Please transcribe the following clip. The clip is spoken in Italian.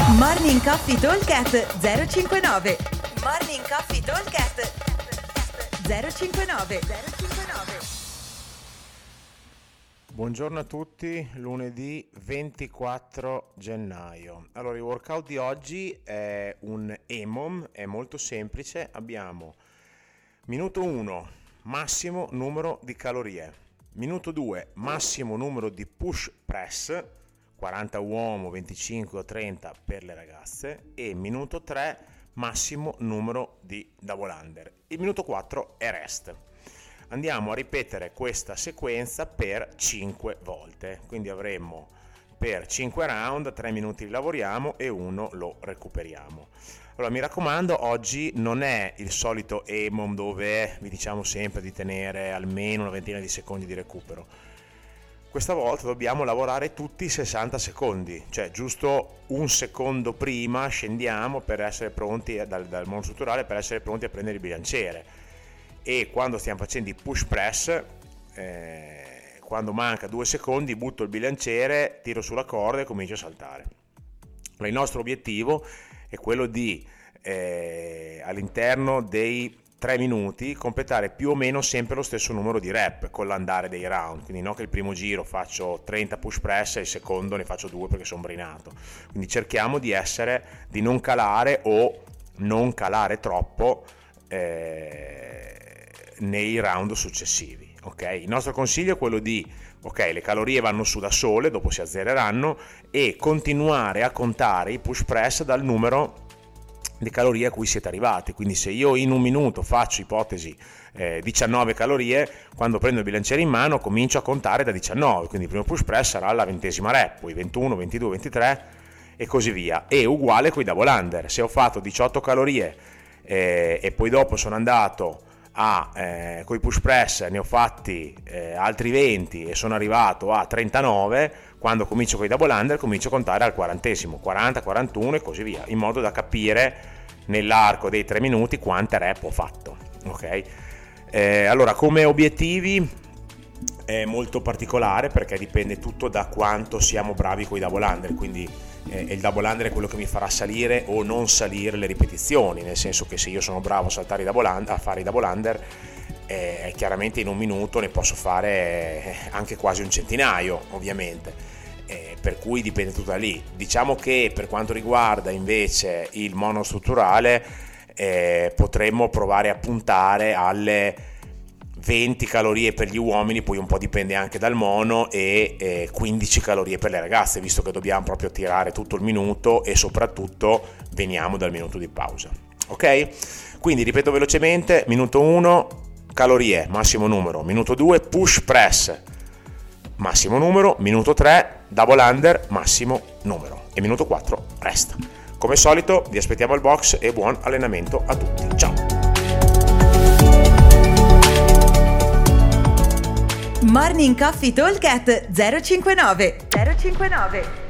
Morning Coffee Talkcast 059. Morning Coffee Talkcast 059. Buongiorno a tutti, lunedì 24 gennaio. Allora, il workout di oggi è un EMOM, è molto semplice. Abbiamo minuto 1, massimo numero di calorie. Minuto 2, massimo numero di push press, 40 uomo, 25 o 30 per le ragazze. E minuto 3, massimo numero di double under. Il minuto 4 è rest. Andiamo a ripetere questa sequenza per 5 volte, quindi avremo per 5 round, 3 minuti li lavoriamo e 1 lo recuperiamo. Allora, mi raccomando, oggi non è il solito EMOM dove vi diciamo sempre di tenere almeno una ventina di secondi di recupero. Questa volta dobbiamo lavorare tutti i 60 secondi, cioè giusto un secondo prima scendiamo per essere pronti dal monostrutturale, per essere pronti a prendere il bilanciere. E quando stiamo facendo i push press, quando manca 2 secondi butto il bilanciere, tiro sulla corda e comincio a saltare. Allora, il nostro obiettivo è quello di all'interno dei 3 minuti completare più o meno sempre lo stesso numero di rep con l'andare dei round, quindi non che il primo giro faccio 30 push press e il secondo ne faccio 2 perché sono brinato. Quindi cerchiamo di non calare o non calare troppo nei round successivi. Ok, il nostro consiglio è quello di le calorie vanno su da sole, dopo si azzereranno, e continuare a contare i push press dal numero di calorie a cui siete arrivati. Quindi se io in un minuto faccio, ipotesi, 19 calorie, quando prendo il bilanciere in mano comincio a contare da 19, quindi il primo push press sarà alla 20ª rep, poi 21, 22, 23 e così via. E uguale con i double under, se ho fatto 18 calorie e poi dopo sono andato con i push press ne ho fatti altri 20 e sono arrivato a 39, quando comincio con i double under comincio a contare al 40esimo, 40, 41 e così via, in modo da capire nell'arco dei 3 minuti quante rep ho fatto. Ok, allora, come obiettivi è molto particolare perché dipende tutto da quanto siamo bravi con i double under, quindi il double under è quello che mi farà salire o non salire le ripetizioni, nel senso che se io sono bravo a fare i double under, chiaramente in un minuto ne posso fare anche quasi un centinaio, ovviamente, per cui dipende tutto da lì. Diciamo che per quanto riguarda invece il monostrutturale, potremmo provare a puntare alle 20 calorie per gli uomini, poi un po' dipende anche dal mono, e 15 calorie per le ragazze, visto che dobbiamo proprio tirare tutto il minuto e soprattutto veniamo dal minuto di pausa. Ok? Quindi ripeto velocemente: minuto 1 calorie, massimo numero; minuto 2 push press, massimo numero; minuto 3 double under, massimo numero; e minuto 4 rest. Come solito vi aspettiamo al box e buon allenamento a tutti. Ciao! Morning Coffee Talkcast 059.